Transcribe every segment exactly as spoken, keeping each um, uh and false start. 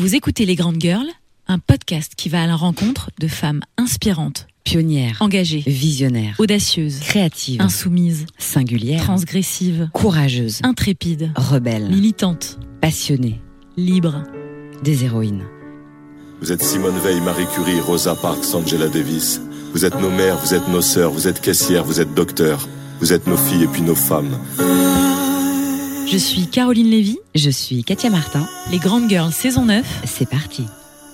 Vous écoutez Les Grandes Girls, un podcast qui va à la rencontre de femmes inspirantes, pionnières, engagées, visionnaires, audacieuses, créatives, insoumises, singulières, transgressives, courageuses, intrépides, rebelles, militantes, passionnées, libres, des héroïnes. Vous êtes Simone Veil, Marie Curie, Rosa Parks, Angela Davis. Vous êtes nos mères, vous êtes nos sœurs, vous êtes caissières, vous êtes docteurs. Vous êtes nos filles et puis nos femmes. Je suis Caroline Lévy. Je suis Katia Martin. Les Grandes Girls saison neuf. C'est parti.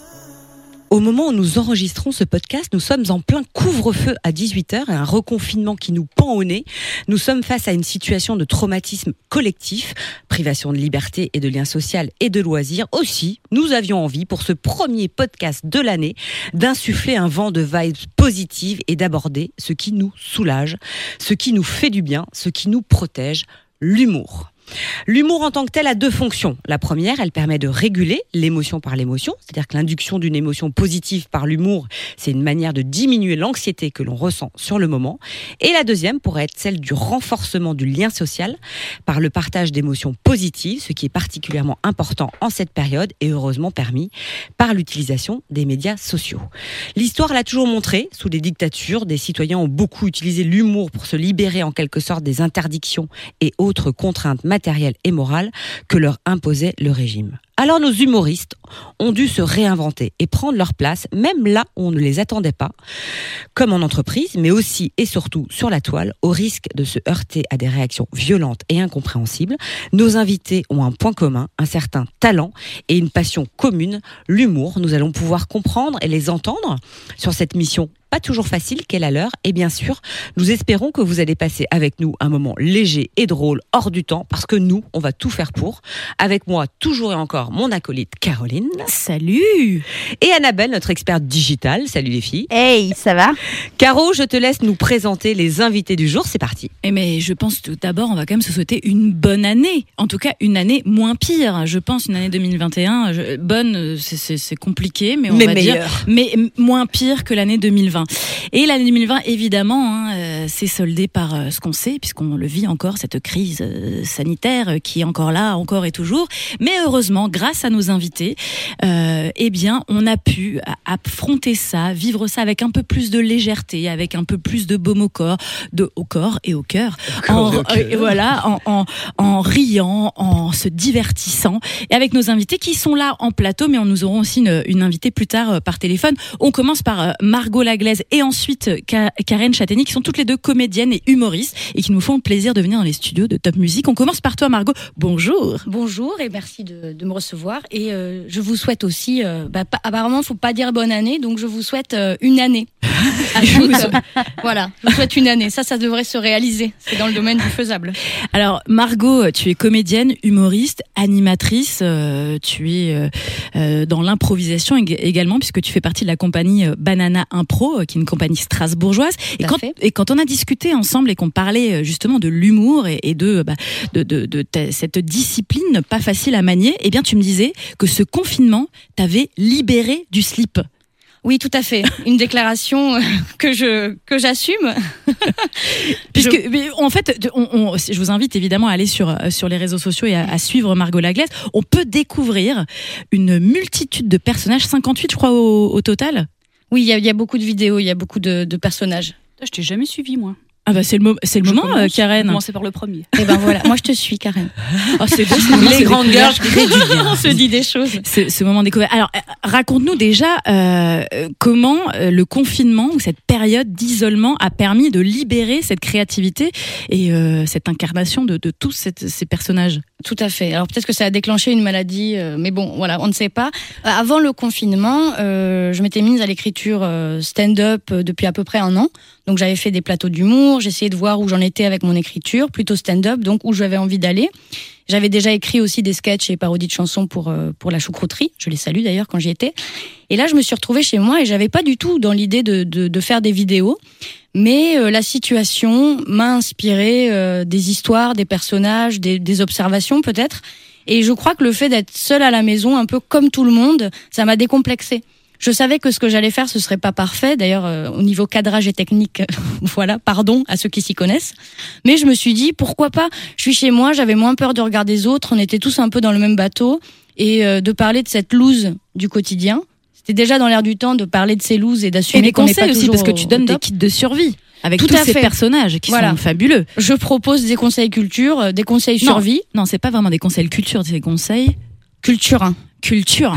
Au moment où nous enregistrons ce podcast, nous sommes en plein couvre-feu à dix-huit heures et un reconfinement qui nous pend au nez. Nous sommes face à une situation de traumatisme collectif, privation de liberté et de liens sociaux et de loisirs. Aussi, nous avions envie, pour ce premier podcast de l'année, d'insuffler un vent de vibes positives et d'aborder ce qui nous soulage, ce qui nous fait du bien, ce qui nous protège, l'humour. L'humour en tant que tel a deux fonctions. La première, elle permet de réguler l'émotion par l'émotion, c'est-à-dire que l'induction d'une émotion positive par l'humour, c'est une manière de diminuer l'anxiété que l'on ressent sur le moment. Et la deuxième pourrait être celle du renforcement du lien social par le partage d'émotions positives, ce qui est particulièrement important en cette période et heureusement permis par l'utilisation des médias sociaux. L'histoire l'a toujours montré, sous des dictatures, des citoyens ont beaucoup utilisé l'humour pour se libérer en quelque sorte des interdictions et autres contraintes matérielle et morale que leur imposait le régime. Alors nos humoristes ont dû se réinventer et prendre leur place, même là où on ne les attendait pas, comme en entreprise, mais aussi et surtout sur la toile, au risque de se heurter à des réactions violentes et incompréhensibles. Nos invités ont un point commun, un certain talent et une passion commune, l'humour. Nous allons pouvoir comprendre et les entendre sur cette mission pas toujours facile qu'est la leur. Et bien sûr, nous espérons que vous allez passer avec nous un moment léger et drôle, hors du temps, parce que nous, on va tout faire pour. Avec moi, toujours et encore, mon acolyte Caroline. Salut! Et Annabelle, notre experte digitale. Salut les filles. Hey, ça va? Caro, je te laisse nous présenter les invités du jour. C'est parti. Eh mais je pense tout d'abord, on va quand même se souhaiter une bonne année. En tout cas, une année moins pire. Je pense une année deux mille vingt et un. Je, bonne, c'est, c'est, c'est compliqué, mais on mais va meilleur. dire... Mais moins pire que l'année deux mille vingt. Et l'année deux mille vingt, évidemment, hein, euh, c'est soldé par euh, ce qu'on sait, puisqu'on le vit encore, cette crise euh, sanitaire euh, qui est encore là, encore et toujours. Mais heureusement, grâce à nos invités, euh, eh bien, on a pu affronter ça, vivre ça avec un peu plus de légèreté, avec un peu plus de baume au corps, de, au corps et au cœur. En, et au cœur. Euh, voilà, en, en, en riant, en se divertissant. Et avec nos invités qui sont là en plateau, mais nous aurons aussi une, une invitée plus tard euh, par téléphone. On commence par euh, Margot Laglaise et ensuite Karen Châtaigny, qui sont toutes les deux comédiennes et humoristes et qui nous font le plaisir de venir dans les studios de Top Music. On commence par toi, Margot. Bonjour. Bonjour et merci de, de me recevoir. Et euh, je vous souhaite aussi, euh, bah, pa- apparemment, il ne faut pas dire bonne année, donc je vous souhaite euh, une année. À toutes, euh, voilà, je vous souhaite une année. Ça, ça devrait se réaliser. C'est dans le domaine du faisable. Alors, Margot, tu es comédienne, humoriste, animatrice. Euh, tu es euh, euh, dans l'improvisation ég- également, puisque tu fais partie de la compagnie Banana Impro, qui est une compagnie strasbourgeoise. Et quand, et quand on a discuté ensemble et qu'on parlait justement de l'humour et, et de, bah, de, de, de ta, cette discipline pas facile à manier, eh bien, tu me disais que ce confinement t'avait libéré du slip. Oui, tout à fait. Une déclaration que je que j'assume. Puisque, je... mais en fait, on, on, je vous invite évidemment à aller sur sur les réseaux sociaux et à, à suivre Margot Laglaise. On peut découvrir une multitude de personnages, cinquante-huit, je crois au, au total. Oui, il y, y a beaucoup de vidéos, il y a beaucoup de, de personnages. Je t'ai jamais suivi, moi. Ah bah c'est le, mo- c'est le moment, commence, euh, Karen. On commencer par le premier. Et ben voilà, moi je te suis, Karen. Oh, c'est beau, les grandes girls, je crée du bien. On se dit des choses. Ce, ce moment découvert. Alors, euh, raconte-nous déjà euh, comment euh, le confinement ou cette période d'isolement a permis de libérer cette créativité et euh, cette incarnation de, de tous cette, ces personnages. Tout à fait. Alors peut-être que ça a déclenché une maladie, euh, mais bon, voilà, on ne sait pas. Euh, avant le confinement, euh, je m'étais mise à l'écriture euh, stand-up euh, depuis à peu près un an. Donc j'avais fait des plateaux d'humour, j'essayais de voir où j'en étais avec mon écriture, plutôt stand-up, donc où j'avais envie d'aller. J'avais déjà écrit aussi des sketchs et parodies de chansons pour euh, pour la choucrouterie. Je les salue d'ailleurs quand j'y étais. Et là, je me suis retrouvée chez moi et j'avais pas du tout dans l'idée de de, de faire des vidéos. Mais euh, la situation m'a inspiré euh, des histoires, des personnages, des, des observations peut-être. Et je crois que le fait d'être seule à la maison, un peu comme tout le monde, ça m'a décomplexée. Je savais que ce que j'allais faire, ce serait pas parfait. D'ailleurs, euh, au niveau cadrage et technique, voilà, pardon à ceux qui s'y connaissent. Mais je me suis dit, pourquoi pas? Je suis chez moi, j'avais moins peur de regarder les autres. On était tous un peu dans le même bateau. et euh, de parler de cette loose du quotidien. C'était déjà dans l'air du temps de parler de ces looses et Et d'assumer des qu'on n'est conseils pas aussi, toujours parce que tu au- donnes au des top. kits de survie avec Tout tous à ces fait. personnages qui Voilà. sont fabuleux. Je propose des conseils culture, euh, des conseils Non. survie, Non, c'est pas vraiment des conseils culture, c'est des conseils culture. hein. culture.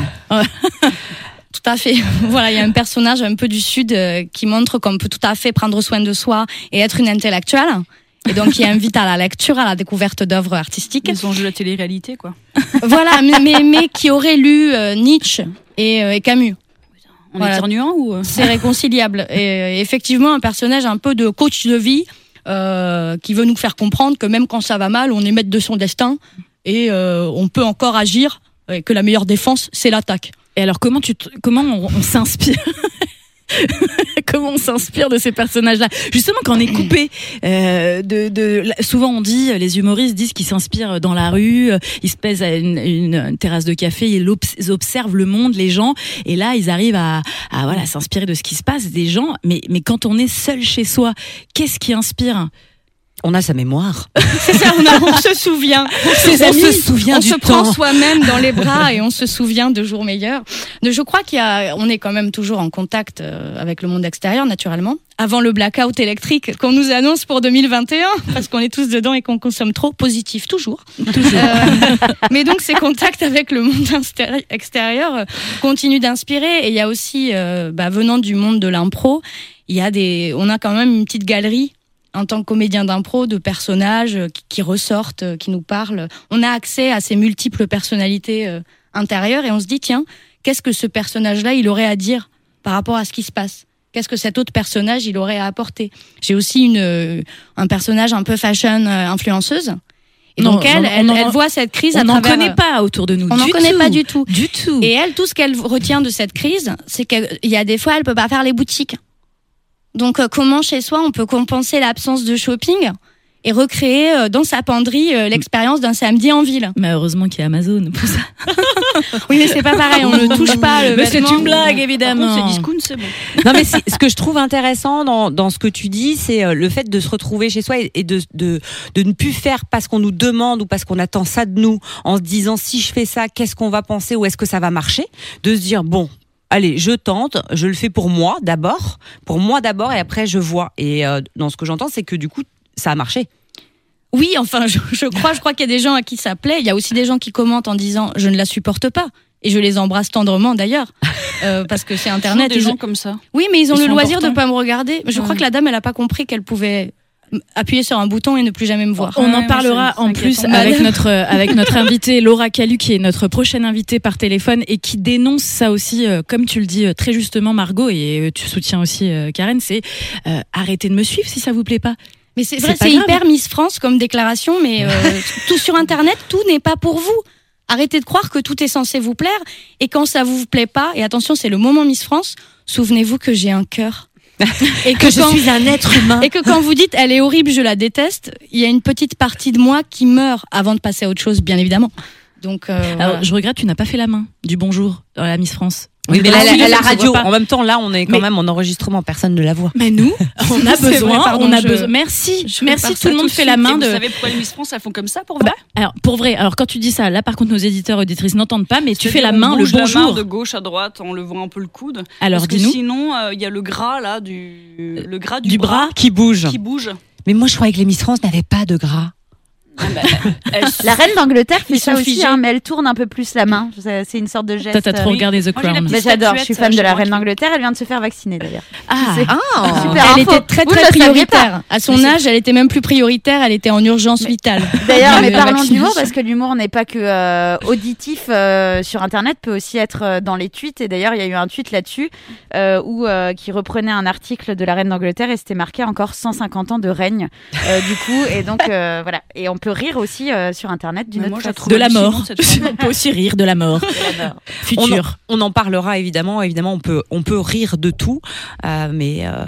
Tout à fait. Voilà, il y a un personnage un peu du Sud euh, qui montre qu'on peut tout à fait prendre soin de soi et être une intellectuelle. Et donc, qui invite à la lecture, à la découverte d'œuvres artistiques. Ils ont joué la télé-réalité, quoi. Voilà, mais, mais, mais qui aurait lu euh, Nietzsche et, euh, et Camus. En Voilà. éternuant ou euh C'est réconciliable. Et euh, effectivement, un personnage un peu de coach de vie euh, qui veut nous faire comprendre que même quand ça va mal, on est maître de son destin et euh, on peut encore agir et que la meilleure défense, c'est l'attaque. Et alors, comment tu, te- comment on, on s'inspire Comment on s'inspire de ces personnages-là? Justement, quand on est coupé, euh, de, de, souvent on dit, les humoristes disent qu'ils s'inspirent dans la rue, ils se pèsent à une, une, une terrasse de café, ils, obs- ils observent le monde, les gens, et là ils arrivent à, à voilà s'inspirer de ce qui se passe des gens. Mais, mais quand on est seul chez soi, qu'est-ce qui inspire? On a sa mémoire. C'est ça, on, a- on se souvient. Ses On amis, se souvient on du se prend temps. soi-même dans les bras et on se souvient de jours meilleurs. De, je crois qu'il y a, on est quand même toujours en contact euh, avec le monde extérieur, naturellement. Avant le blackout électrique qu'on nous annonce pour deux mille vingt et un, parce qu'on est tous dedans et qu'on consomme trop, positif toujours. Toujours. Euh, mais donc ces contacts avec le monde instéri- extérieur euh, continuent d'inspirer. Et il y a aussi, euh, bah, venant du monde de l'impro, il y a des, on a quand même une petite galerie en tant que comédien d'impro, de personnages qui, qui ressortent, qui nous parlent. On a accès à ces multiples personnalités euh, intérieures et on se dit, tiens, qu'est-ce que ce personnage-là, il aurait à dire par rapport à ce qui se passe? Qu'est-ce que cet autre personnage, il aurait à apporter? J'ai aussi une, euh, un personnage un peu fashion euh, influenceuse. Et Non, donc elle, on- elle, on en- elle voit cette crise On à n'en travers... connaît pas autour de nous. On du n'en connaît tout. pas du tout. Du tout. Et elle, tout ce qu'elle retient de cette crise, c'est qu'il y a des fois, elle peut pas faire les boutiques. Donc, euh, comment chez soi, on peut compenser l'absence de shopping et recréer euh, dans sa penderie euh, l'expérience d'un samedi en ville. Mais heureusement qu'il y a Amazon pour ça. Oui, mais c'est pas pareil, on ne touche pas le Mais c'est vêtement. une blague, Par évidemment. contre, c'est discount, c'est bon. Non, mais c'est- ce que je trouve intéressant dans, dans ce que tu dis, c'est euh, le fait de se retrouver chez soi et, et de, de, de ne plus faire parce qu'on nous demande ou parce qu'on attend ça de nous, en se disant si je fais ça, qu'est-ce qu'on va penser ou est-ce que ça va marcher? De se dire bon, allez, je tente, je le fais pour moi d'abord, pour moi d'abord et après je vois. Et euh, dans ce que j'entends, c'est que du coup, ça a marché. Oui, enfin, je, je crois, je crois qu'il y a des gens à qui ça plaît. Il y a aussi des gens qui commentent en disant je ne la supporte pas. Et je les embrasse tendrement d'ailleurs, euh, parce que c'est Internet. Des ils gens ont- comme ça. Oui, mais ils ont Ils le sont loisir de importants. pas me regarder. Je crois Ouais. que la dame, elle a pas compris qu'elle pouvait appuyer sur un bouton et ne plus jamais me voir. On Ouais, en ouais, parlera c'est- en c'est plus inquiétant. avec Madame. notre euh, avec notre invitée Laura Calu, qui est notre prochaine invitée par téléphone et qui dénonce ça aussi, euh, comme tu le dis euh, très justement Margot, et euh, tu soutiens aussi euh, Karen, c'est euh, arrêtez de me suivre si ça vous plaît pas. Mais c'est C'est vrai, pas c'est grave. hyper Miss France comme déclaration, mais euh, tout sur Internet, tout n'est pas pour vous. Arrêtez de croire que tout est censé vous plaire, et quand ça vous plaît pas, et attention, c'est le moment Miss France, souvenez-vous que j'ai un cœur. Et Que je quand- suis un être humain. Et que quand vous dites elle est horrible, je la déteste, il y a une petite partie de moi qui meurt avant de passer à autre chose, bien évidemment. Donc, euh, Alors voilà. je regrette, tu n'as pas fait la main du bonjour dans la Miss France. Oui, mais Ah la, oui, la- la ça se radio, voit pas. en même temps, là, on est quand Mais- même en enregistrement, personne ne la voit. Mais nous, on a C'est besoin, vrai, pardon, on a je- besoin. Merci, je merci. prépare Tout le ça monde tout de fait la suite. main Et de. Vous savez pourquoi les Miss France, elles font comme ça pour vrai? Bah, alors pour vrai, alors quand tu dis ça, là par contre nos éditeurs auditrices n'entendent pas, mais tu fais C'est-à-dire, la on main, le bouge la main bonjour. de gauche à droite en levant un peu le coude. Alors Parce que dis-nous. sinon, euh, il y a le gras là du le gras du, Du bras Qui bouge. qui bouge. Mais moi, je croyais que les Miss France n'avaient pas de gras. Ah bah, elles- La reine d'Angleterre fait Ils ça sont aussi, figés. hein, mais elle tourne un peu plus la main. C'est c'est une sorte de geste. Toi t'as trop euh, regardé The Moi, j'ai la Crown. petite Mais j'adore, je suis fan de statuette, la euh, reine chez moi qui- d'Angleterre. Elle vient de se faire vacciner d'ailleurs. Ah, C'est- Ah Super Elle info. était très Vous très ne le saviez prioritaire. À son Mais c'est- âge, elle était même plus prioritaire. Elle était en urgence vitale. D'ailleurs, mais Le parlons vaccination. d'humour parce que l'humour n'est pas que euh, auditif euh, sur Internet, peut aussi être euh, dans les tweets. Et d'ailleurs, il y a eu un tweet là-dessus euh, où euh, qui reprenait un article de la reine d'Angleterre et c'était marqué encore cent cinquante ans de règne euh, du coup. Et donc euh, voilà. Et on peut rire aussi euh, sur Internet d'une Mais autre moi, je la façon. trouve de la mort. hallucinante, cette femme. On peut aussi rire de la mort on en, future. on en parlera évidemment. Évidemment, on peut, on peut rire de tout, euh, mais euh,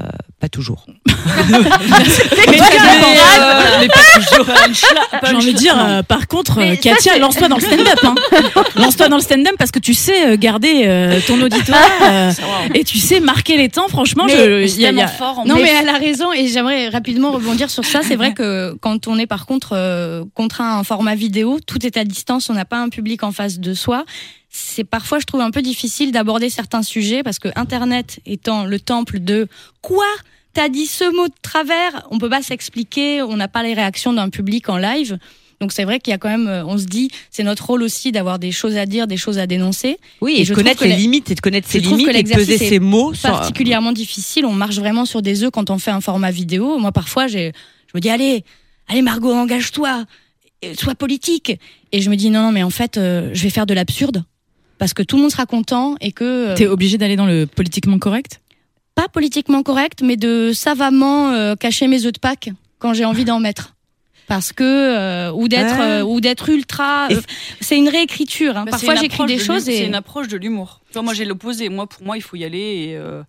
Pas toujours. mais, mais, euh, mais pas toujours. J'ai envie de dire, euh, par contre, euh, Katia, lance-toi dans le stand-up. Hein. Lance-toi dans le stand-up parce que tu sais euh, garder euh, ton auditoire euh, et tu sais marquer les temps. Franchement, mais, je, y a, y a... fort en non, mais elle a raison et j'aimerais rapidement rebondir sur ça. C'est vrai que quand on est par contre euh, contraint à un format vidéo, tout est à distance, on n'a pas un public en face de soi. C'est parfois, je trouve, un peu difficile d'aborder certains sujets parce que Internet étant le temple de quoi t'as dit ce mot de travers, on peut pas s'expliquer, on n'a pas les réactions d'un public en live. Donc c'est vrai qu'il y a quand même, on se dit, c'est notre rôle aussi d'avoir des choses à dire, des choses à dénoncer. Oui, et, et de connaître ses limites, et de connaître ses limites, et de peser ses mots. Particulièrement difficile, on marche vraiment sur des œufs quand on fait un format vidéo. Moi, parfois, j'ai, je me dis, allez, allez Margot, engage-toi, sois politique. Et je me dis, non, non, mais en fait, euh, je vais faire de l'absurde. Parce que tout le monde sera content et que... Euh, T'es obligé d'aller dans le politiquement correct ? Pas politiquement correct, mais de savamment euh, cacher mes œufs de Pâques quand j'ai envie d'en mettre. Parce que... Euh, ou d'être Ah. euh, ou d'être ultra... Euh, c'est une réécriture. Hein. Bah, Parfois, c'est une j'écris des approche de choses l'hu- et... C'est une approche de l'humour. Tu vois, moi, j'ai l'opposé. Moi, pour moi, il faut y aller et... Euh...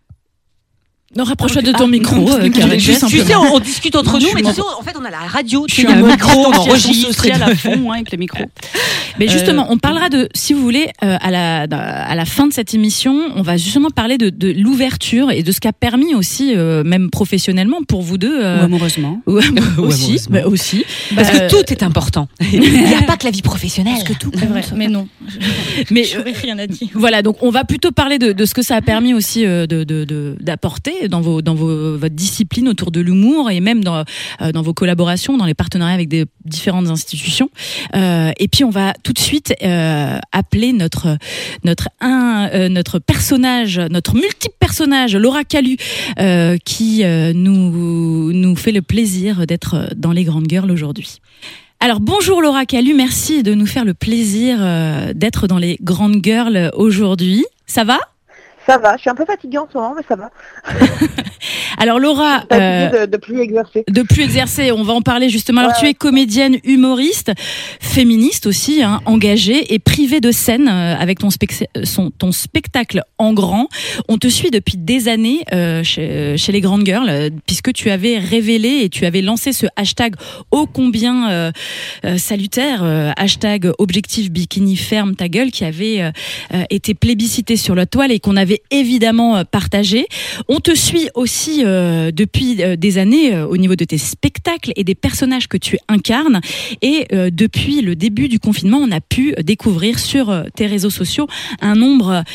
Non, rapproche-toi de ton Ah, micro, non, euh, non, Karen, je- tout Tu simplement. sais, on, on discute entre Non, nous, je mais suis tu sais, en fait, on a la radio, tu sais, suis il y a en un micro, on distanciation enregistre. sociale à fond, hein, avec les micros. Mais justement, on parlera de, si vous voulez, euh, à la à la fin de cette émission, on va justement parler de, de l'ouverture et de ce qu'a permis aussi, euh, même professionnellement, pour vous deux. Euh, Ou amoureusement. ou- aussi, amoureusement. bah, aussi. Parce Euh, que tout est important. Il n'y a pas que la vie professionnelle. Parce que tout, c'est vrai. Mais non, Mais j'aurais rien à dire. voilà, donc on va plutôt parler de, de ce que ça a permis aussi euh, de, de, de, d'apporter dans vos dans vos votre discipline autour de l'humour et même dans euh, dans vos collaborations, dans les partenariats avec des différentes institutions. Euh, et puis on va tout de suite euh, appeler notre notre un euh, notre personnage, notre multiple personnage, Laura Calu, euh, qui euh, nous nous fait le plaisir d'être dans les Grandes Girls aujourd'hui. Alors bonjour Laura Calu, merci de nous faire le plaisir euh, d'être dans les Grandes Girls aujourd'hui. Ça va ? Ça va, je suis un peu fatiguée en ce moment, mais ça va. Alors Laura, euh, Fatiguée de, de plus exercer. de plus exercer, on va en parler justement. Alors Ouais, tu es ouais. comédienne, humoriste, féministe aussi, hein, engagée et privée de scène euh, avec ton, spec- son, ton spectacle En Grand. On te suit depuis des années euh, chez, chez les Grandes Girls, euh, puisque tu avais révélé et tu avais lancé ce hashtag ô combien euh, euh, salutaire, euh, hashtag objectif bikini ferme ta gueule, qui avait euh, euh, été plébiscité sur la toile et qu'on avait évidemment euh, partagé. On te suit aussi euh, depuis euh, des années euh, au niveau de tes spectacles et des personnages que tu incarnes. Et euh, depuis le début du confinement, on a pu découvrir sur euh, tes réseaux sociaux un nombre,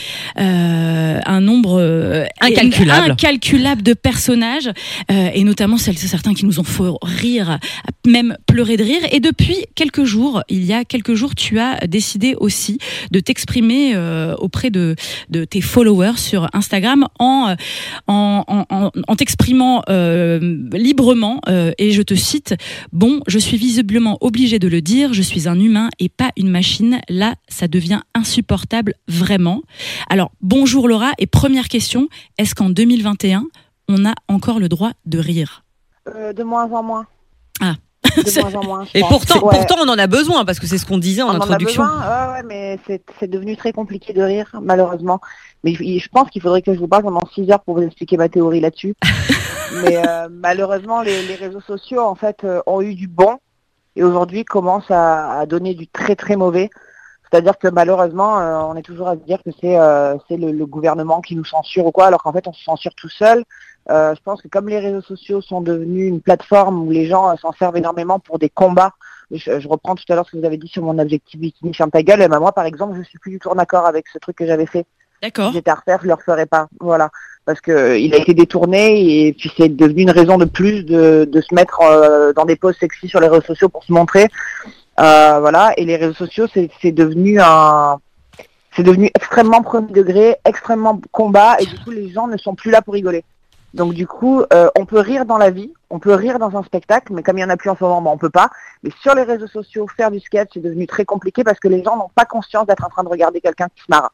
euh, un nombre euh, Incalculable. incalculable de personnages, euh, et notamment celles, certains qui nous ont fait rire, même pleurer de rire. Et depuis quelques jours, il y a quelques jours, tu as décidé aussi de t'exprimer euh, auprès de, de tes followers sur Instagram en en, en, en, en t'exprimant euh, librement, euh, et je te cite: bon, je suis visiblement obligée de le dire, je suis un humain et pas une machine. Là, ça devient insupportable, vraiment. Alors, bonjour Laura, et première question, est-ce qu'en deux mille vingt et un, on a encore le droit de rire ? Euh, de moins en moins. Ah. De moins en moins. je Et pense. pourtant, Ouais. pourtant, on en a besoin, parce que c'est ce qu'on disait en On en a introduction. besoin, ouais, ouais, mais c'est, c'est devenu très compliqué de rire, malheureusement. Mais je, je pense qu'il faudrait que je vous parle pendant six heures pour vous expliquer ma théorie là-dessus. Mais euh, malheureusement, les, les réseaux sociaux, en fait, euh, ont eu du bon et aujourd'hui commencent à, à donner du très très mauvais. C'est-à-dire que malheureusement, euh, on est toujours à se dire que c'est, euh, c'est le, le gouvernement qui nous censure ou quoi, alors qu'en fait, on se censure tout seul. Euh, je pense que comme les réseaux sociaux sont devenus une plateforme où les gens euh, s'en servent énormément pour des combats, je, je reprends tout à l'heure ce que vous avez dit sur mon objectif bikini ferme ta gueule, et ben moi par exemple je suis plus du tout en accord avec ce truc que j'avais fait. D'accord. Si j'étais à refaire, je le referais pas. Voilà. Parce que euh, il a été détourné et puis c'est devenu une raison de plus de, de se mettre euh, dans des poses sexy sur les réseaux sociaux pour se montrer. Euh, voilà. Et les réseaux sociaux, c'est, c'est devenu un, c'est devenu extrêmement premier degré, extrêmement combat, et du coup les gens ne sont plus là pour rigoler. Donc du coup, euh, on peut rire dans la vie, on peut rire dans un spectacle, mais comme il y en a plus en ce moment, ben, on peut pas. Mais sur les réseaux sociaux, faire du sketch, c'est devenu très compliqué parce que les gens n'ont pas conscience d'être en train de regarder quelqu'un qui se marre.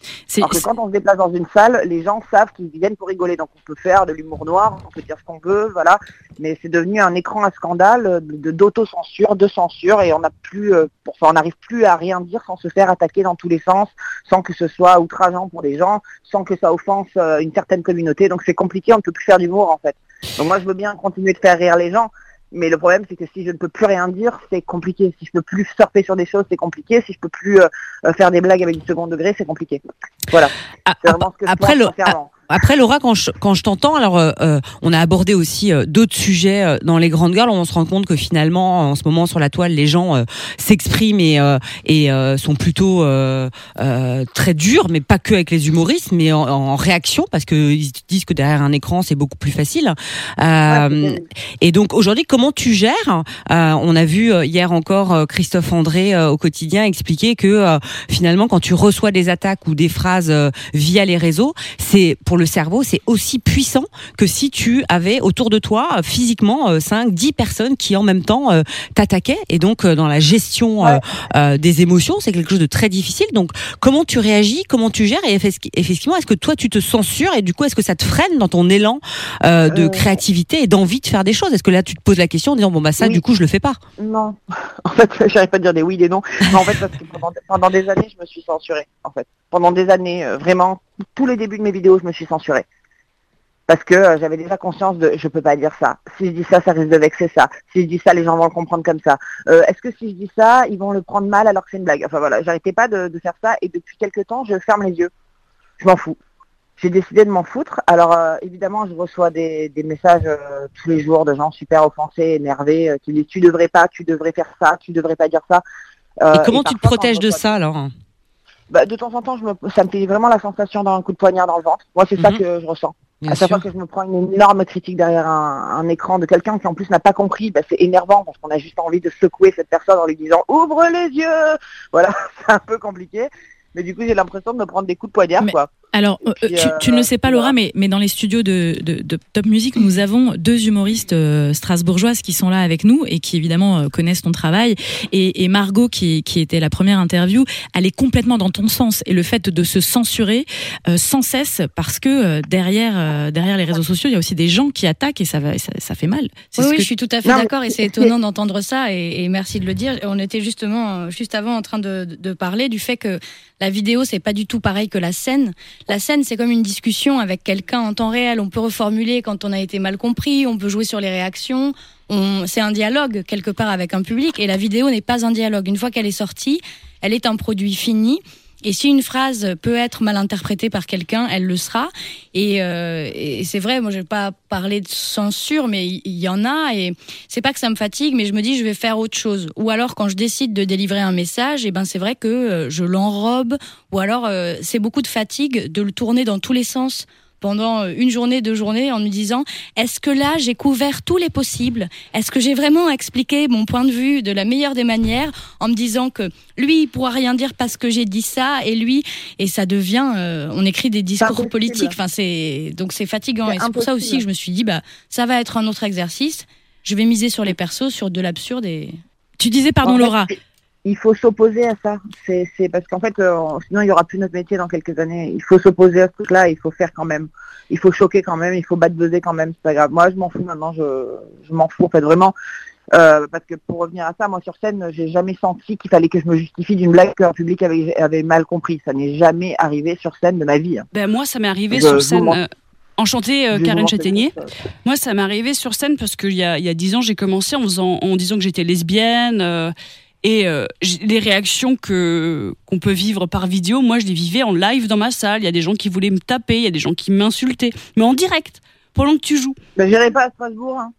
C'est, Alors que c'est... quand on se déplace dans une salle, les gens savent qu'ils viennent pour rigoler. Donc on peut faire de l'humour noir, on peut dire ce qu'on veut, voilà. Mais c'est devenu un écran à scandale de, d'autocensure, de censure, et on n'a plus, euh, pour, enfin, on n'arrive plus à rien dire sans se faire attaquer dans tous les sens, sans que ce soit outrageant pour les gens, sans que ça offense euh, une certaine communauté. Donc c'est compliqué, on ne peut plus faire d'humour en fait. Donc moi je veux bien continuer de faire rire les gens. Mais le problème, c'est que si je ne peux plus rien dire, c'est compliqué. Si je peux plus surfer sur des choses, c'est compliqué. Si je peux plus euh, faire des blagues avec du second degré, c'est compliqué. Voilà. C'est vraiment ce que après, je le, pense sincèrement. Après, Laura, quand je, quand je t'entends, alors euh, on a abordé aussi euh, d'autres sujets euh, dans les grandes gueules. On se rend compte que finalement, en ce moment sur la toile, les gens euh, s'expriment et, euh, et euh, sont plutôt euh, euh, très durs, mais pas que avec les humoristes, mais en, en réaction, parce que ils disent que derrière un écran, c'est beaucoup plus facile. Euh, ouais, et donc aujourd'hui, comment tu gères euh, On a vu euh, hier encore euh, Christophe André euh, au quotidien expliquer que euh, finalement, quand tu reçois des attaques ou des phrases euh, via les réseaux, c'est pour le cerveau, c'est aussi puissant que si tu avais autour de toi physiquement cinq, dix personnes qui en même temps euh, t'attaquaient. Et donc euh, dans la gestion ouais. euh, euh, des émotions, c'est quelque chose de très difficile. Donc comment tu réagis, comment tu gères, et effectivement, est-ce que toi tu te censures et du coup est-ce que ça te freine dans ton élan euh, de euh... créativité et d'envie de faire des choses? Est-ce que là tu te poses la question en disant bon bah ça oui. du coup je le fais pas? Non, en fait j'arrive pas à dire des oui, des non. Mais en fait parce que pendant, pendant des années je me suis censurée. En fait pendant des années euh, vraiment tous les débuts de mes vidéos je me suis censurée. Parce que euh, j'avais déjà conscience de je peux pas dire ça. Si je dis ça, ça risque de vexer ça. Si je dis ça, les gens vont le comprendre comme ça. Euh, est-ce que si je dis ça, ils vont le prendre mal alors que c'est une blague? Enfin voilà, j'arrêtais pas de, de faire ça et depuis quelques temps, je ferme les yeux. Je m'en fous. J'ai décidé de m'en foutre. Alors euh, évidemment, je reçois des, des messages euh, tous les jours de gens super offensés, énervés, euh, qui disent tu devrais pas, tu devrais faire ça, tu devrais pas dire ça. Euh, et comment et tu te protèges de ça alors? Bah, de temps en temps, je me, ça me fait vraiment la sensation d'un coup de poignard dans le ventre. Moi, c'est mm-hmm. ça que je ressens. Bien à chaque sûr. fois que je me prends une énorme critique derrière un, un écran de quelqu'un qui en plus n'a pas compris, bah, c'est énervant parce qu'on a juste envie de secouer cette personne en lui disant « Ouvre les yeux !» Voilà, c'est un peu compliqué. Mais du coup, j'ai l'impression de me prendre des coups de poignard, mais, quoi. Alors, puis, tu, euh, tu ne le sais pas, Laura, mais, mais dans les studios de, de, de Top Music, nous avons deux humoristes euh, strasbourgeoises qui sont là avec nous et qui, évidemment, euh, connaissent ton travail. Et, et Margot, qui, qui était la première interview, elle est complètement dans ton sens. Et le fait de se censurer euh, sans cesse, parce que euh, derrière, euh, derrière les réseaux sociaux, il y a aussi des gens qui attaquent et ça, va, ça, ça fait mal. C'est oui, oui que... je suis tout à fait non, d'accord et c'est étonnant d'entendre ça. Et, et merci de le dire. On était justement, juste avant, en train de, de parler du fait que la vidéo, c'est pas du tout pareil que la scène. La scène, c'est comme une discussion avec quelqu'un en temps réel. On peut reformuler quand on a été mal compris, on peut jouer sur les réactions. On... C'est un dialogue quelque part avec un public. Et la vidéo n'est pas un dialogue. Une fois qu'elle est sortie, elle est un produit fini. Et si une phrase peut être mal interprétée par quelqu'un, elle le sera. Et, euh, et c'est vrai, moi je vais pas parler de censure, mais il y, y en a. Et c'est pas que ça me fatigue, mais je me dis je vais faire autre chose. Ou alors quand je décide de délivrer un message, et ben c'est vrai que euh, je l'enrobe. Ou alors euh, c'est beaucoup de fatigue de le tourner dans tous les sens pendant une journée, deux journées, en me disant est-ce que là j'ai couvert tous les possibles? Est-ce que j'ai vraiment expliqué mon point de vue de la meilleure des manières, en me disant que lui il pourra rien dire parce que j'ai dit ça et lui et ça devient euh, on écrit des discours politiques. Enfin c'est donc c'est fatigant c'est et c'est impossible. Pour ça aussi que je me suis dit bah ça va être un autre exercice. Je vais miser sur les persos, sur de l'absurde et tu disais pardon en fait, Laura. Il faut s'opposer à ça. C'est, c'est parce qu'en fait, euh, sinon il y aura plus notre métier dans quelques années. Il faut s'opposer à ce truc-là. Il faut faire quand même. Il faut choquer quand même. Il faut battre buzzer quand même. C'est pas grave. Moi, je m'en fous maintenant. Je, je m'en fous en fait vraiment. Euh, parce que pour revenir à ça, moi sur scène, j'ai jamais senti qu'il fallait que je me justifie d'une blague qu'un public avait, avait mal compris. Ça n'est jamais arrivé sur scène de ma vie. Ben moi, ça m'est arrivé je, sur scène. Euh... Enchantée, euh, Karen Châtaignier. Moi, ça m'est arrivé sur scène parce qu'il y a, il y a dix ans, j'ai commencé en, faisant, en disant que j'étais lesbienne. Euh, Et euh, les réactions que qu'on peut vivre par vidéo, moi je les vivais en live dans ma salle. Il y a des gens qui voulaient me taper, il y a des gens qui m'insultaient, mais en direct, pendant que tu joues. Ben, j'irai pas à Strasbourg. Hein,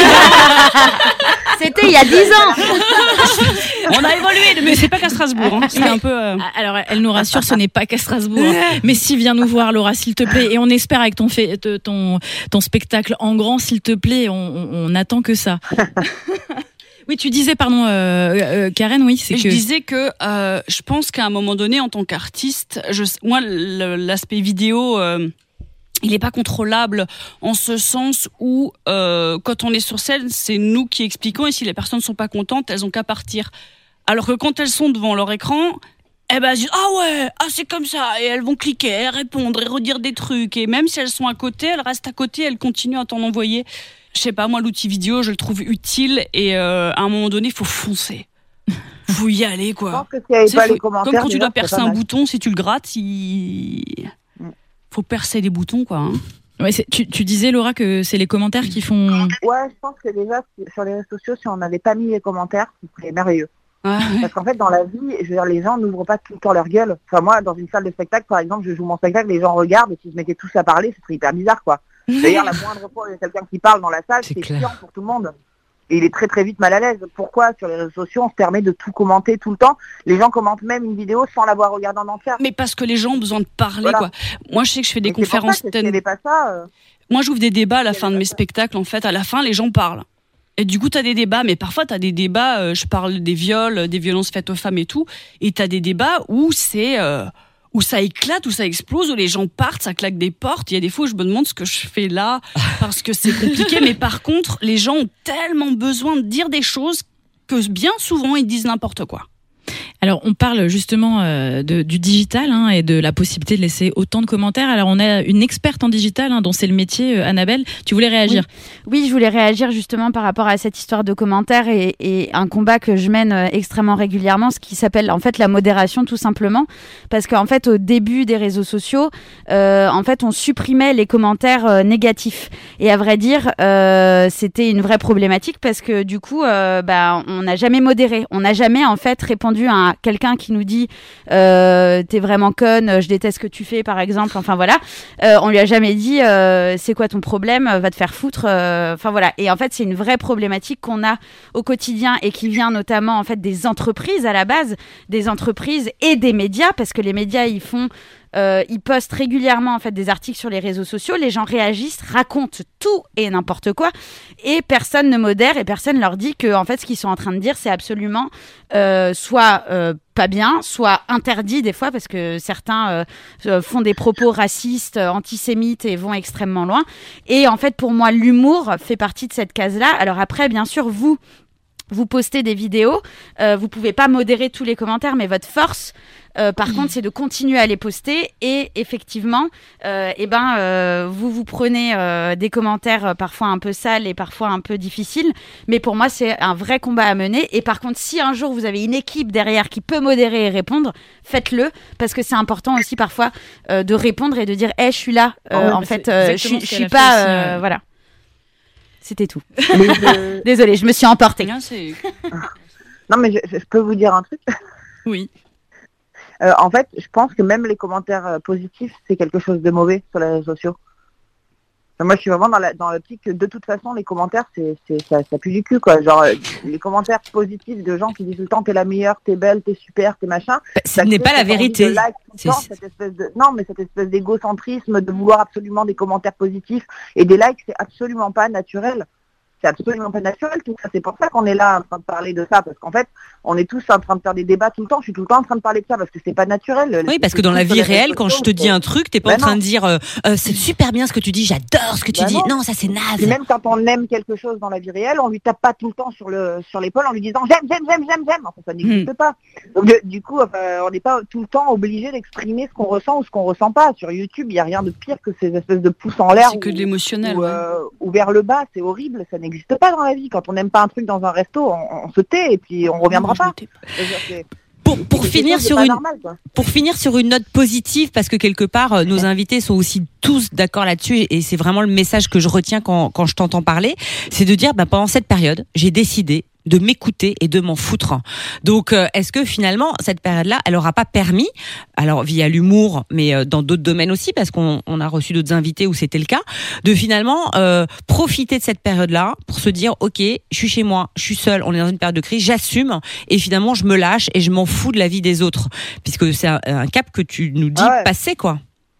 C'était il y a dix ans. On a évolué, mais c'est pas qu'à Strasbourg. Hein. C'était un peu. Euh... Alors, elle nous rassure, ce n'est pas qu'à Strasbourg. Hein. Mais si, viens nous voir, Laura, s'il te plaît. Et on espère avec ton fait, ton ton spectacle en grand, s'il te plaît. On, on, on attend que ça. Oui, tu disais, pardon, euh, euh, Karen, oui, c'est je que... Je disais que euh, je pense qu'à un moment donné, en tant qu'artiste, je, moi, le, l'aspect vidéo, euh, il n'est pas contrôlable en ce sens où, euh, quand on est sur scène, c'est nous qui expliquons, et si les personnes ne sont pas contentes, elles n'ont qu'à partir. Alors que quand elles sont devant leur écran, eh ben, elles disent, ah ouais, ah c'est comme ça, et elles vont cliquer, répondre et redire des trucs, et même si elles sont à côté, elles restent à côté, elles continuent à t'en envoyer. Je sais pas, moi, l'outil vidéo, je le trouve utile, et euh, à un moment donné, il faut foncer. Faut y aller, quoi. Je pense que s'il y avait pas faut, les commentaires, comme quand tu déjà, dois percer un mal. bouton, si tu le grattes, il faut percer les boutons, quoi. Hein. Ouais, c'est, tu, tu disais, Laura, que c'est les commentaires qui font... Ouais, je pense que déjà, sur les réseaux sociaux, si on n'avait pas mis les commentaires, ce serait merveilleux. Ah, ouais. Parce qu'en fait, dans la vie, je veux dire, les gens n'ouvrent pas tout le temps leur gueule. Enfin, moi, dans une salle de spectacle, par exemple, je joue mon spectacle, les gens regardent, et si je mettais tous à parler, ce serait hyper bizarre, quoi. D'ailleurs, la moindre fois où il y a quelqu'un qui parle dans la salle, C'est c'est clair. chiant pour tout le monde. Et il est très très vite mal à l'aise. Pourquoi sur les réseaux sociaux, on se permet de tout commenter tout le temps? Les gens commentent même une vidéo sans l'avoir regardée en entière. Mais parce que les gens ont besoin de parler, Voilà. quoi. Moi, je sais que je fais des Et c'est pour conférences ça que stand- s'il n'y avait pas ça, euh, Moi, j'ouvre des débats à la fin de mes spectacles. En fait, à la fin, les gens parlent. Et du coup, t'as des débats, mais parfois t'as des débats. Euh, je parle des viols, des violences faites aux femmes et tout, et t'as des débats où c'est euh, où ça éclate, où ça explose, où les gens partent, ça claque des portes. Il y a des fois où je me demande ce que je fais là parce que c'est compliqué. Mais par contre, les gens ont tellement besoin de dire des choses que bien souvent ils disent n'importe quoi. Alors, on parle justement euh, de, du digital hein, et de la possibilité de laisser autant de commentaires. Alors, on a une experte en digital hein, dont c'est le métier, euh, Annabelle. Tu voulais réagir ? Oui. oui, je voulais réagir justement par rapport à cette histoire de commentaires et, et un combat que je mène euh, extrêmement régulièrement, ce qui s'appelle en fait la modération tout simplement. Parce qu'en fait, au début des réseaux sociaux, euh, en fait, on supprimait les commentaires euh, négatifs. Et à vrai dire, euh, c'était une vraie problématique parce que du coup, euh, bah, on n'a jamais modéré. On n'a jamais en fait répondu à quelqu'un qui nous dit euh, t'es vraiment conne, je déteste ce que tu fais par exemple, enfin voilà, euh, on lui a jamais dit euh, c'est quoi ton problème, va te faire foutre, enfin euh, voilà. Et en fait c'est une vraie problématique qu'on a au quotidien et qui vient notamment en fait des entreprises à la base, des entreprises et des médias, parce que les médias ils font Euh, ils postent régulièrement en fait des articles sur les réseaux sociaux, les gens réagissent, racontent tout et n'importe quoi, et personne ne modère et personne leur dit que en fait ce qu'ils sont en train de dire c'est absolument euh, soit euh, pas bien, soit interdit des fois parce que certains euh, font des propos racistes, antisémites et vont extrêmement loin. Et en fait pour moi l'humour fait partie de cette case-là. Alors après bien sûr vous vous postez des vidéos, euh, vous pouvez pas modérer tous les commentaires, mais votre force, euh, par contre, c'est de continuer à les poster. Et effectivement, euh, eh ben, euh, vous vous prenez euh, des commentaires parfois un peu sales et parfois un peu difficiles. Mais pour moi, c'est un vrai combat à mener. Et par contre, si un jour vous avez une équipe derrière qui peut modérer et répondre, faites-le, parce que c'est important aussi parfois euh, de répondre et de dire, hey, je suis là. Euh, Oh, en bah, fait, c'est euh, je exactement suis, ce je qu'elle suis a fait pas, aussi, euh, ouais. voilà. C'était tout. mais je- Désolée, je me suis emportée. Bien, c'est... Non, mais je, je peux vous dire un truc. Oui. Euh, en fait, je pense que même les commentaires euh, positifs, c'est quelque chose de mauvais sur les réseaux sociaux. Enfin, moi, je suis vraiment dans la dans l'optique que de toute façon, les commentaires, c'est c'est ça, ça pue du cul, quoi. Genre euh, les commentaires positifs de gens qui disent tout le temps t'es la meilleure, t'es belle, t'es super, t'es machin. Bah, ce ça n'est crée pas la cette envie vérité. de like tout le C'est- temps, cette espèce de non, mais cette espèce d'égocentrisme de vouloir absolument des commentaires positifs et des likes, c'est absolument pas naturel. C'est absolument pas naturel tout ça. C'est pour ça qu'on est là en train de parler de ça, parce qu'en fait, on est tous en train de faire des débats tout le temps. Je suis tout le temps en train de parler de ça parce que c'est pas naturel. Oui, parce que dans la vie réelle, quand je te dis un truc, t'es pas Ben en train non. de dire euh, euh, c'est super bien ce que tu dis, j'adore ce que tu Ben dis. non. Non, ça c'est naze. Et même quand on aime quelque chose dans la vie réelle, on lui tape pas tout le temps sur le sur l'épaule en lui disant j'aime, j'aime, j'aime, j'aime, j'aime. Enfin, ça n'existe pas. Donc de- du coup, enfin, on n'est pas tout le temps obligé d'exprimer ce qu'on ressent ou ce qu'on ressent pas. Sur YouTube, il y a rien de pire que ces espèces de pouces en l'air C'est que ou, de l'émotionnel. ou, ouais. euh, ou vers le bas. C'est horrible. Ça n'existe pas dans la vie. Quand on n'aime pas un truc dans un resto, on, on se tait et puis on reviendra Non, je me pas. tais pas. C'est-à-dire, c'est- Pour, pour c'est quelque finir chose de sur pas une normal, quoi. pour finir sur une note positive, parce que quelque part euh, nos invités sont aussi tous d'accord là-dessus, et c'est vraiment le message que je retiens quand quand je t'entends parler, c'est de dire bah pendant cette période, j'ai décidé de m'écouter et de m'en foutre. Donc, euh, est-ce que finalement, cette période-là, elle aura pas permis, alors via l'humour, mais euh, dans d'autres domaines aussi, parce qu'on on a reçu d'autres invités où c'était le cas, de finalement euh, profiter de cette période-là pour se dire, ok, je suis chez moi, je suis seule, on est dans une période de crise, j'assume, et finalement, je me lâche et je m'en fous de la vie des autres, puisque c'est un, un cap que tu nous dis Ah ouais. passer, quoi.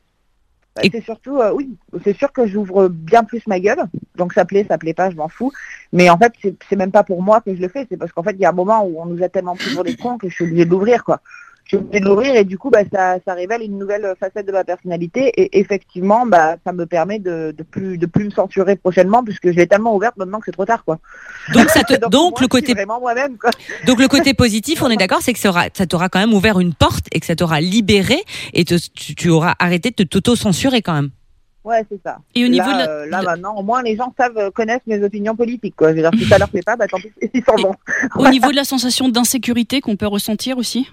Bah, Et- c'est surtout, euh, oui, c'est sûr que j'ouvre bien plus ma gueule. Donc ça plaît, ça plaît pas, je m'en fous. Mais en fait, c'est, c'est même pas pour moi que je le fais. C'est parce qu'en fait, il y a un moment où on nous a tellement pris pour des cons que je suis obligée de l'ouvrir, quoi. je suis obligée de l'ouvrir et du coup, bah, ça, ça révèle une nouvelle facette de ma personnalité et effectivement, bah, ça me permet de, de plus, de plus me censurer prochainement puisque je l'ai tellement ouverte maintenant que c'est trop tard, quoi. Donc, ça te, donc, donc moi, le côté, vraiment moi-même, quoi. Donc le côté positif, on est d'accord, c'est que ça, aura, ça t'aura quand même ouvert une porte et que ça t'aura libéré et te, tu, tu auras arrêté de t'auto-censurer quand même. Ouais, c'est ça. Et au niveau là, de la... euh, là maintenant, au moins les gens savent, connaissent mes opinions politiques, quoi. Je veux dire, si ça leur plaît pas, bah tant pis, ils s'en vont. Au niveau de la sensation d'insécurité qu'on peut ressentir aussi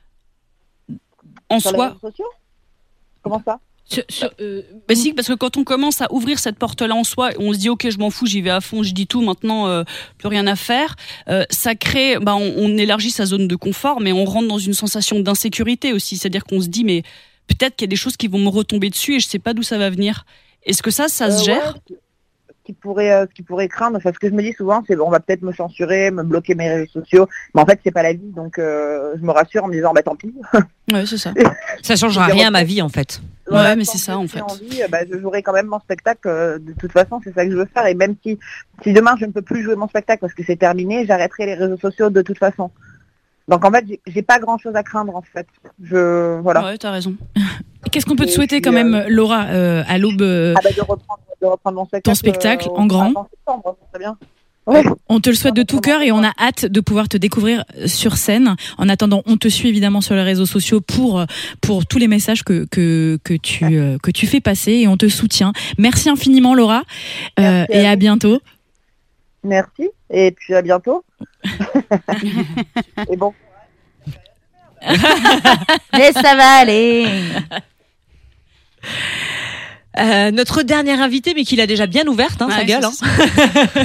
en Sur soi. les réseaux sociaux ? Comment ça ? Sur, sur, euh, bah si, parce que quand on commence à ouvrir cette porte-là en soi, on se dit ok, je m'en fous, j'y vais à fond, je dis tout, maintenant euh, plus rien à faire. Euh, ça crée, bah on, on élargit sa zone de confort, mais on rentre dans une sensation d'insécurité aussi, c'est-à-dire qu'on se dit mais peut-être qu'il y a des choses qui vont me retomber dessus et je sais pas d'où ça va venir. Est-ce que ça, ça se euh, gère ? ouais, ce qui pourrait, euh, ce qui pourrait craindre, enfin, ce que je me dis souvent, c'est on va peut-être me censurer, me bloquer mes réseaux sociaux, mais en fait c'est pas la vie, donc euh, je me rassure en me disant bah tant pis. Ouais, c'est ça. Ça changera rien à ma vie en fait. Voilà, ouais, mais c'est ça en fait. Envie, bah, je jouerai quand même mon spectacle. Euh, de toute façon, c'est ça que je veux faire. Et même si, si demain je ne peux plus jouer mon spectacle parce que c'est terminé, j'arrêterai les réseaux sociaux de toute façon. Donc en fait, j'ai, j'ai pas grand-chose à craindre en fait. Je voilà. Ouais, t'as raison. Qu'est-ce qu'on peut te Et souhaiter puis, quand euh, même, Laura, euh, à l'aube euh, Ah bah de reprendre, de reprendre mon spectacle. ton spectacle euh, en grand. En septembre, c'est très bien. Ouais. On te le souhaite de tout cœur et on a hâte de pouvoir te découvrir sur scène. En attendant, on te suit évidemment sur les réseaux sociaux pour pour tous les messages que que que tu euh, que tu fais passer et on te soutient. Merci infiniment Laura euh, et à bientôt. Merci et puis à bientôt. Et bon. Mais ça va aller. Euh, notre dernière invitée, mais qu'il a déjà bien ouverte, hein, Ouais, sa gueule. Hein.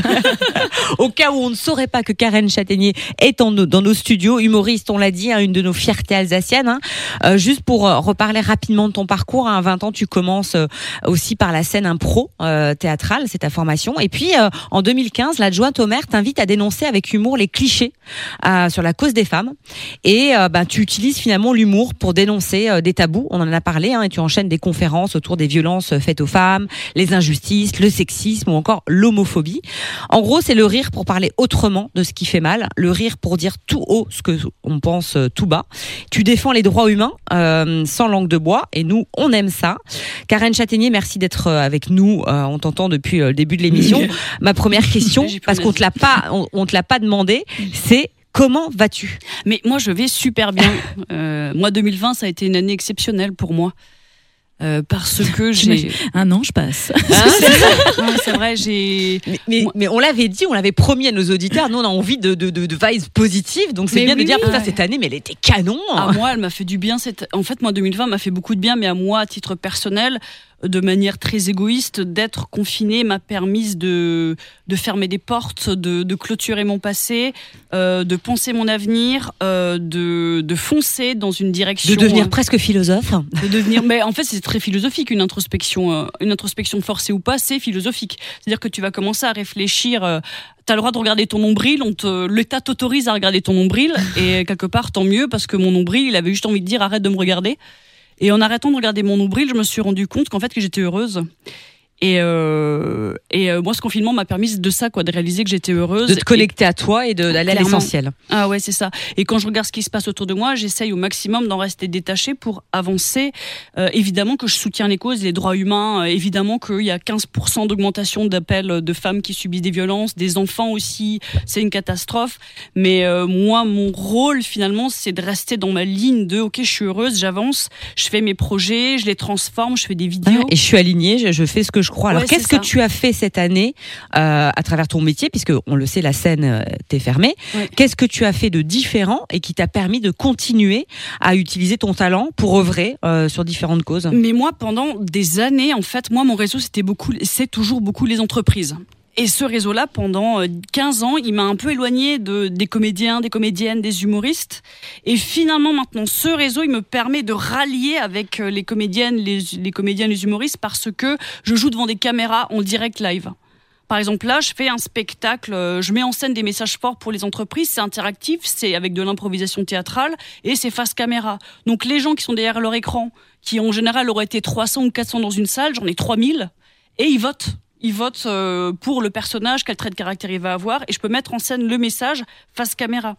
Au cas où on ne saurait pas que Karen Châtaignier est en, dans nos studios, humoriste, on l'a dit, hein, une de nos fiertés alsaciennes. Hein. Euh, juste pour euh, reparler rapidement de ton parcours, hein, à vingt ans, tu commences euh, aussi par la scène impro euh, théâtrale, c'est ta formation. Et puis, euh, en deux mille quinze, l'adjointe au maire t'invite à dénoncer avec humour les clichés euh, sur la cause des femmes. Et euh, bah, tu utilises finalement l'humour pour dénoncer euh, des tabous, on en a parlé, hein, et tu enchaînes des conférences autour des violences faites aux femmes, les injustices, le sexisme ou encore l'homophobie. En gros, c'est le rire pour parler autrement de ce qui fait mal, le rire pour dire tout haut ce que on pense tout bas. Tu défends les droits humains euh, sans langue de bois et nous, on aime ça. Karen Châtaignier, merci d'être avec nous. Euh, on t'entend depuis le début de l'émission. Ma première question, parce qu'on te l'a pas, on, on te l'a pas demandé, c'est comment vas-tu ? Mais moi, je vais super bien. Euh, moi, deux mille vingt, ça a été une année exceptionnelle pour moi. Euh, parce que j'ai un an, je passe. Hein, c'est, ouais, c'est vrai, j'ai. Mais, mais, moi... mais on l'avait dit, on l'avait promis à nos auditeurs. Nous, on a envie de de de, de vibes positives, donc c'est mais bien oui, de dire putain, ouais. Cette année, mais elle était canon. À moi, elle m'a fait du bien. Cette... En fait, moi, deux mille vingt m'a fait beaucoup de bien, mais à moi, à titre personnel, de manière très égoïste, d'être confinée m'a permis de de fermer des portes, de de clôturer mon passé, euh, de penser mon avenir, euh, de de foncer dans une direction. De devenir euh, presque philosophe. De devenir. Mais en fait, c'est très philosophique, une introspection, euh, une introspection forcée ou pas, c'est philosophique. C'est-à-dire que tu vas commencer à réfléchir. Euh, T'as le droit de regarder ton nombril, on te, l'État t'autorise à regarder ton nombril, et quelque part, tant mieux, parce que mon nombril, il avait juste envie de dire arrête de me regarder. Et en arrêtant de regarder mon nombril, je me suis rendu compte qu'en fait, que j'étais heureuse. Et, euh, et euh, moi, ce confinement m'a permis de ça, quoi, de réaliser que j'étais heureuse. De te connecter et... à toi et de, d'aller Clairement. à l'essentiel. Ah ouais, c'est ça. Et quand je regarde ce qui se passe autour de moi, j'essaye au maximum d'en rester détachée pour avancer. Euh, évidemment que je soutiens les causes, les droits humains. Euh, évidemment qu'il y a quinze pour cent d'augmentation d'appels de femmes qui subissent des violences, des enfants aussi. C'est une catastrophe. Mais euh, moi, mon rôle, finalement, c'est de rester dans ma ligne de « Ok, je suis heureuse, j'avance, je fais mes projets, je les transforme, je fais des vidéos. Ah, et je suis alignée, je, je fais ce que je crois. Alors, ouais, qu'est-ce que tu as fait cette année euh, à travers ton métier, puisque on le sait, la scène euh, t'est fermée. Ouais. Qu'est-ce que tu as fait de différent et qui t'a permis de continuer à utiliser ton talent pour œuvrer euh, sur différentes causes ? Mais moi, pendant des années, en fait, moi, mon réseau, c'était beaucoup, c'est toujours beaucoup les entreprises. Et ce réseau-là, pendant quinze ans, il m'a un peu éloigné de, des comédiens, des comédiennes, des humoristes. Et finalement, maintenant, ce réseau, il me permet de rallier avec les comédiennes, les, les comédiens, les humoristes, parce que je joue devant des caméras en direct live. Par exemple, là, je fais un spectacle, je mets en scène des messages forts pour les entreprises, c'est interactif, c'est avec de l'improvisation théâtrale et c'est face caméra. Donc les gens qui sont derrière leur écran, qui en général auraient été trois cents ou quatre cents dans une salle, j'en ai trois mille, et ils votent. Ils votent euh, pour le personnage, quel trait de caractère il va avoir, et je peux mettre en scène le message face caméra.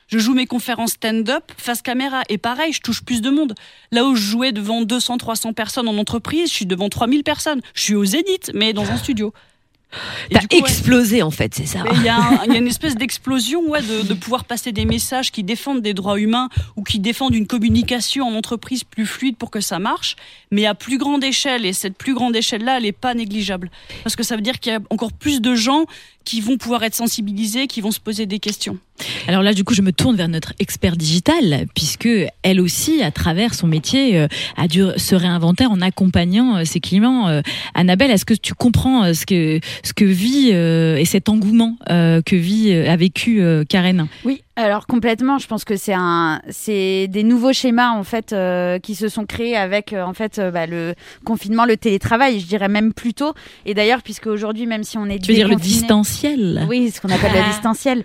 Je joue mes conférences stand-up face caméra. Et pareil, je touche plus de monde. Là où je jouais devant deux cents, trois cents personnes en entreprise, je suis devant trois mille personnes. Je suis au Zénith, mais dans un studio. Et T'as coup, explosé ouais, en fait, c'est ça. Il y, y a une espèce d'explosion ouais, de, de pouvoir passer des messages qui défendent des droits humains ou qui défendent une communication en entreprise plus fluide pour que ça marche, mais à plus grande échelle. Et cette plus grande échelle-là, elle n'est pas négligeable. Parce que ça veut dire qu'il y a encore plus de gens qui vont pouvoir être sensibilisés, qui vont se poser des questions. Alors là, du coup, je me tourne vers notre expert digital, puisque elle aussi, à travers son métier, euh, a dû se réinventer en accompagnant euh, ses clients. Euh, Annabelle, est-ce que tu comprends euh, ce que ce que vit euh, et cet engouement euh, que vit euh, a vécu euh, Karen? Oui. Alors complètement, je pense que c'est un, c'est des nouveaux schémas en fait euh, qui se sont créés avec euh, en fait euh, bah, le confinement, le télétravail, je dirais même plus tôt. Et d'ailleurs, puisque aujourd'hui, même si on est tu veux dire le distanciel? Oui, ce qu'on appelle le distanciel.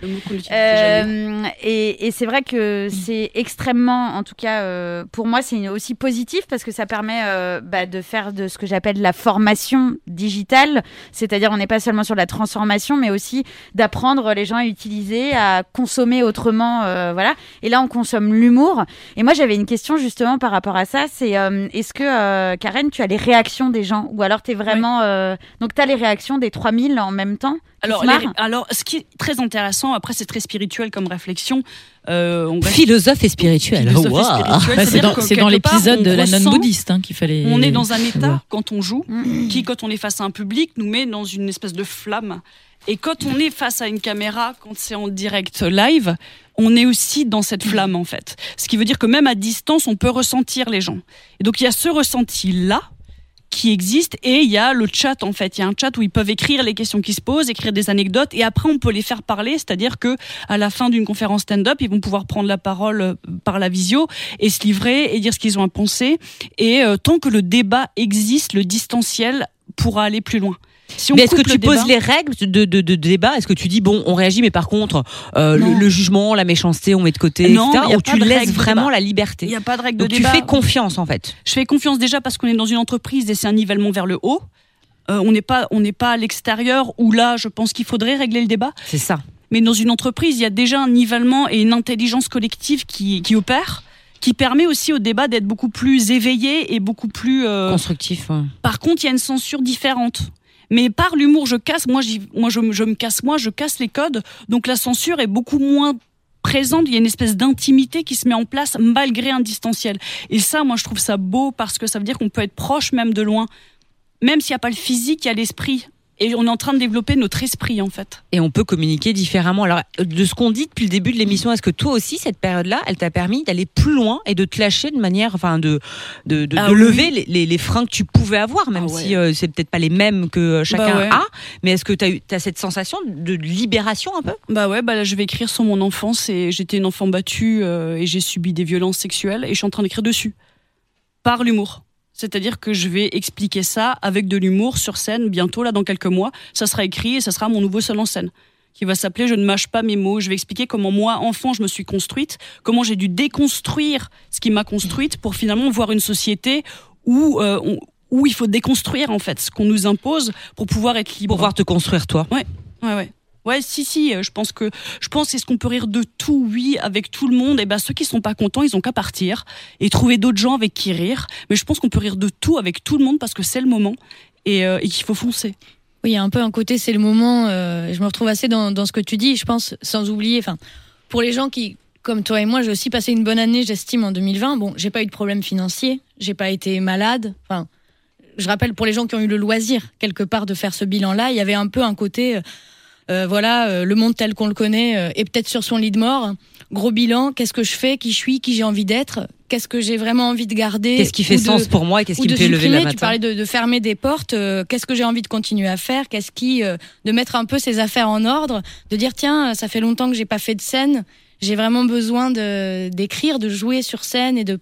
Euh, et, et c'est vrai que c'est extrêmement, en tout cas euh, pour moi, c'est aussi positif parce que ça permet euh, bah, de faire de ce que j'appelle la formation digitale, c'est-à-dire on n'est pas seulement sur la transformation, mais aussi d'apprendre les gens à utiliser, à consommer autrement. Euh, voilà. Et là, on consomme l'humour. Et moi, j'avais une question justement par rapport à ça. C'est euh, est-ce que, euh, Karen, tu as les réactions des gens? Ou alors, tu es vraiment... Oui. Euh... Donc, tu as les réactions des trois mille en même temps? Alors, les... alors, ce qui est très intéressant, après, c'est très spirituel comme réflexion. Euh, on reste... Philosophe et spirituel. Philosophe wow. et spirituel. Bah, c'est dans, c'est dans l'épisode de la nonne bouddhiste hein, qu'il fallait... On est dans un état, quand on joue, mmh. qui, quand on est face à un public, nous met dans une espèce de flamme. Et quand on est face à une caméra, quand c'est en direct live, on est aussi dans cette flamme, en fait. Ce qui veut dire que même à distance, on peut ressentir les gens. Et donc, il y a ce ressenti-là qui existe et il y a le chat, en fait. Il y a un chat où ils peuvent écrire les questions qui se posent, écrire des anecdotes et après, on peut les faire parler. C'est-à-dire que à la fin d'une conférence stand-up, ils vont pouvoir prendre la parole par la visio et se livrer et dire ce qu'ils ont à penser. Et euh, tant que le débat existe, le distanciel pourra aller plus loin. Si on mais est-ce que tu poses débat, les règles de, de, de, de débat? Est-ce que tu dis, bon, on réagit, mais par contre, euh, le, le jugement, la méchanceté, on met de côté, non, et cetera. Ou tu laisses vraiment la liberté? Il n'y a pas de règle Donc de débat. Tu fais confiance, en fait. Je fais confiance déjà parce qu'on est dans une entreprise et c'est un nivellement vers le haut. Euh, on n'est pas, on n'est pas à l'extérieur où là, je pense qu'il faudrait régler le débat. C'est ça. Mais dans une entreprise, il y a déjà un nivellement et une intelligence collective qui, qui opère, qui permet aussi au débat d'être beaucoup plus éveillé et beaucoup plus... Euh... constructif. Ouais. Par contre, il y a une censure différente. Mais par l'humour, je casse, moi, moi je, je me casse, moi, je casse les codes. Donc la censure est beaucoup moins présente. Il y a une espèce d'intimité qui se met en place malgré un distanciel. Et ça, moi, je trouve ça beau parce que ça veut dire qu'on peut être proche même de loin. Même s'il n'y a pas le physique, il y a l'esprit. Et on est en train de développer notre esprit, en fait. Et on peut communiquer différemment. Alors, de ce qu'on dit depuis le début de l'émission, est-ce que toi aussi, cette période-là, elle t'a permis d'aller plus loin et de te lâcher de manière, enfin, de, de, de, ah, de oui. lever les, les, les freins que tu pouvais avoir, même ah, ouais. si euh, c'est peut-être pas les mêmes que chacun bah ouais. a. Mais est-ce que t'as eu, t'as cette sensation de libération un peu? Bah ouais, bah là, je vais écrire sur mon enfance et j'étais une enfant battue euh, et j'ai subi des violences sexuelles et je suis en train d'écrire dessus. Par l'humour. C'est-à-dire que je vais expliquer ça avec de l'humour sur scène bientôt, là, dans quelques mois. Ça sera écrit et ça sera mon nouveau seul en scène qui va s'appeler « Je ne mâche pas mes mots ». Je vais expliquer comment moi, enfant, je me suis construite, comment j'ai dû déconstruire ce qui m'a construite pour finalement voir une société où, euh, on, où il faut déconstruire, en fait, ce qu'on nous impose pour pouvoir être libre. Pour pouvoir te construire, toi. Ouais, ouais, ouais. Ouais, si, si, je pense que, je pense, est-ce qu'on peut rire de tout? Oui, avec tout le monde. Et ben, ceux qui sont pas contents, ils ont qu'à partir et trouver d'autres gens avec qui rire. Mais je pense qu'on peut rire de tout avec tout le monde parce que c'est le moment et, euh, et qu'il faut foncer. Oui, il y a un peu un côté, c'est le moment. Euh, je me retrouve assez dans, dans ce que tu dis. Je pense, sans oublier, enfin, pour les gens qui, comme toi et moi, j'ai aussi passé une bonne année, j'estime, en deux mille vingt. Bon, j'ai pas eu de problème financier, j'ai pas été malade. Enfin, je rappelle pour les gens qui ont eu le loisir quelque part de faire ce bilan-là, il y avait un peu un côté. Euh, Euh, voilà, euh, le monde tel qu'on le connaît euh, est peut-être sur son lit de mort. Gros bilan, qu'est-ce que je fais, qui je suis, qui j'ai envie d'être, qu'est-ce que j'ai vraiment envie de garder, qu'est-ce qui fait sens de, pour moi et qu'est-ce qui me fait supprimer. lever le matin. Tu parlais de, de fermer des portes, euh, qu'est-ce que j'ai envie de continuer à faire, qu'est-ce qui, euh, de mettre un peu ses affaires en ordre, de dire tiens, ça fait longtemps que j'ai pas fait de scène, j'ai vraiment besoin de d'écrire, de jouer sur scène et de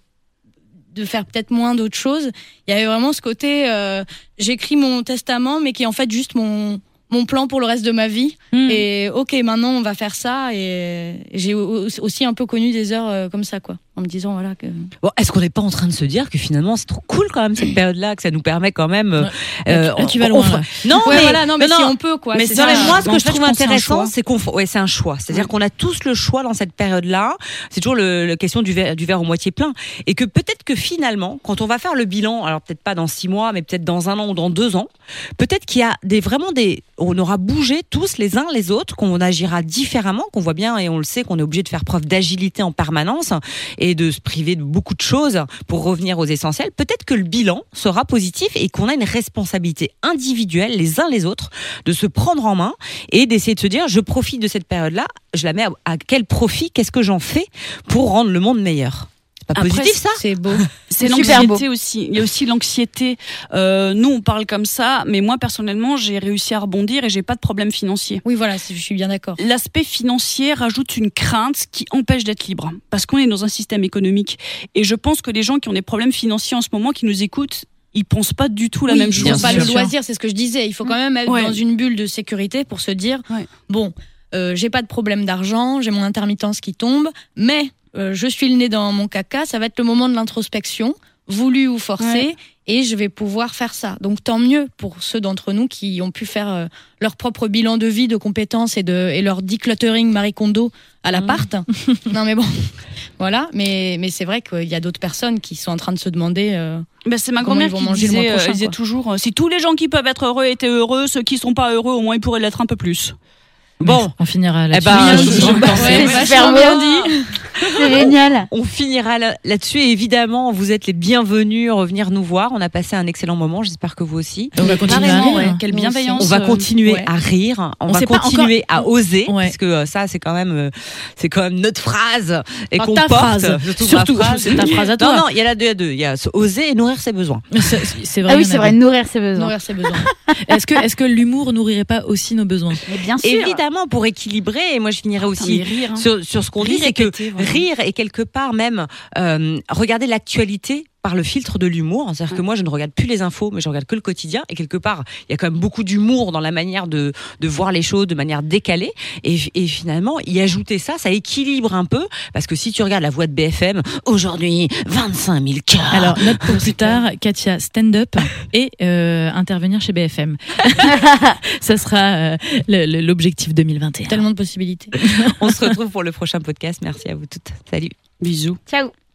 de faire peut-être moins d'autres choses. Il y avait vraiment ce côté, euh, j'écris mon testament, mais qui est en fait juste mon mon plan pour le reste de ma vie. Mmh. Et ok, maintenant on va faire ça. Et j'ai aussi un peu connu des heures comme ça, quoi. en me disant voilà que. Bon, est-ce qu'on n'est pas en train de se dire que finalement c'est trop cool quand même cette période-là, que ça nous permet quand même. Euh, euh, on, tu vas loin. On, non, ouais, mais voilà, non, mais non, si non, on peut quoi. Mais, c'est non, mais moi, ce que en je fait, trouve je intéressant, c'est qu'on, ouais, c'est un choix. C'est-à-dire ouais. qu'on a tous le choix dans cette période-là. C'est toujours le, la question du verre, du verre au moitié plein, et que peut-être que finalement, quand on va faire le bilan, alors peut-être pas dans six mois, mais peut-être dans un an ou dans deux ans, peut-être qu'il y a des vraiment des, on aura bougé tous les uns les autres, qu'on agira différemment, qu'on voit bien et on le sait qu'on est obligé de faire preuve d'agilité en permanence et de se priver de beaucoup de choses pour revenir aux essentiels. Peut-être que le bilan sera positif et qu'on a une responsabilité individuelle les uns les autres de se prendre en main et d'essayer de se dire je profite de cette période-là, je la mets à, à quel profit, qu'est-ce que j'en fais pour rendre le monde meilleur. C'est pas Après, positif ça? C'est beau. C'est, c'est l'anxiété aussi. Il y a aussi l'anxiété. Euh, nous, on parle comme ça, mais moi personnellement, j'ai réussi à rebondir et j'ai pas de problème financier. Oui, voilà, je suis bien d'accord. L'aspect financier rajoute une crainte qui empêche d'être libre, parce qu'on est dans un système économique. Et je pense que les gens qui ont des problèmes financiers en ce moment, qui nous écoutent, ils pensent pas du tout la oui, même chose. chose. Ils n'ont pas le loisir, c'est ce que je disais. Il faut quand même être ouais. dans une bulle de sécurité pour se dire ouais. bon, euh, j'ai pas de problème d'argent, j'ai mon intermittence qui tombe, mais euh, je suis le nez dans mon caca. Ça va être le moment de l'introspection, voulu ou forcé, ouais. et je vais pouvoir faire ça. Donc tant mieux pour ceux d'entre nous qui ont pu faire euh, leur propre bilan de vie, de compétences et de et leur decluttering Marie Kondo à l'appart. Mmh. Non mais bon, voilà. Mais mais c'est vrai qu'il y a d'autres personnes qui sont en train de se demander. Euh, Ben c'est ma grand-mère qui disait, prochain, euh, disait toujours, euh, si tous les gens qui peuvent être heureux étaient heureux, ceux qui sont pas heureux, au moins ils pourraient l'être un peu plus. Bon, on finira là-dessus. Eh ben, je, je, je, ouais, c'est super bien dit. C'est génial. On finira là, là-dessus et évidemment, vous êtes les bienvenus à revenir nous voir. On a passé un excellent moment, j'espère que vous aussi. On va continuer à rire. Ouais. Quelle bienveillance. On va continuer ouais. à rire. On, on va continuer à oser, ouais. parce que ça, c'est quand même, c'est quand même notre phrase et enfin, qu'on ta porte. Phrase. Surtout, phrase. C'est ta phrase à toi. Non, non, il y a la deux à deux. Il y a oser et nourrir ses besoins. C'est, c'est vrai. Ah oui, c'est vrai, nourrir ses besoins. Nourrir ses besoins. Est-ce que, est-ce que l'humour nourrirait pas aussi nos besoins? Mais bien sûr. Évidemment, pour équilibrer. Et moi, je finirai aussi rire, hein. sur, sur ce qu'on rire dit, c'est que vraiment. Rire est quelque part même euh, regarder l'actualité par le filtre de l'humour. C'est-à-dire ouais. que moi, je ne regarde plus les infos, mais je regarde que le quotidien. Et quelque part, il y a quand même beaucoup d'humour dans la manière de, de voir les choses de manière décalée. Et, et finalement, y ajouter ça, ça équilibre un peu. Parce que si tu regardes la voix de B F M, aujourd'hui, vingt-cinq mille cas. Alors, note pour plus tard, Katia, stand-up et euh, intervenir chez B F M. Ça sera euh, le, le, l'objectif deux mille vingt et un. Tellement de possibilités. On se retrouve pour le prochain podcast. Merci à vous toutes. Salut. Bisous. Ciao.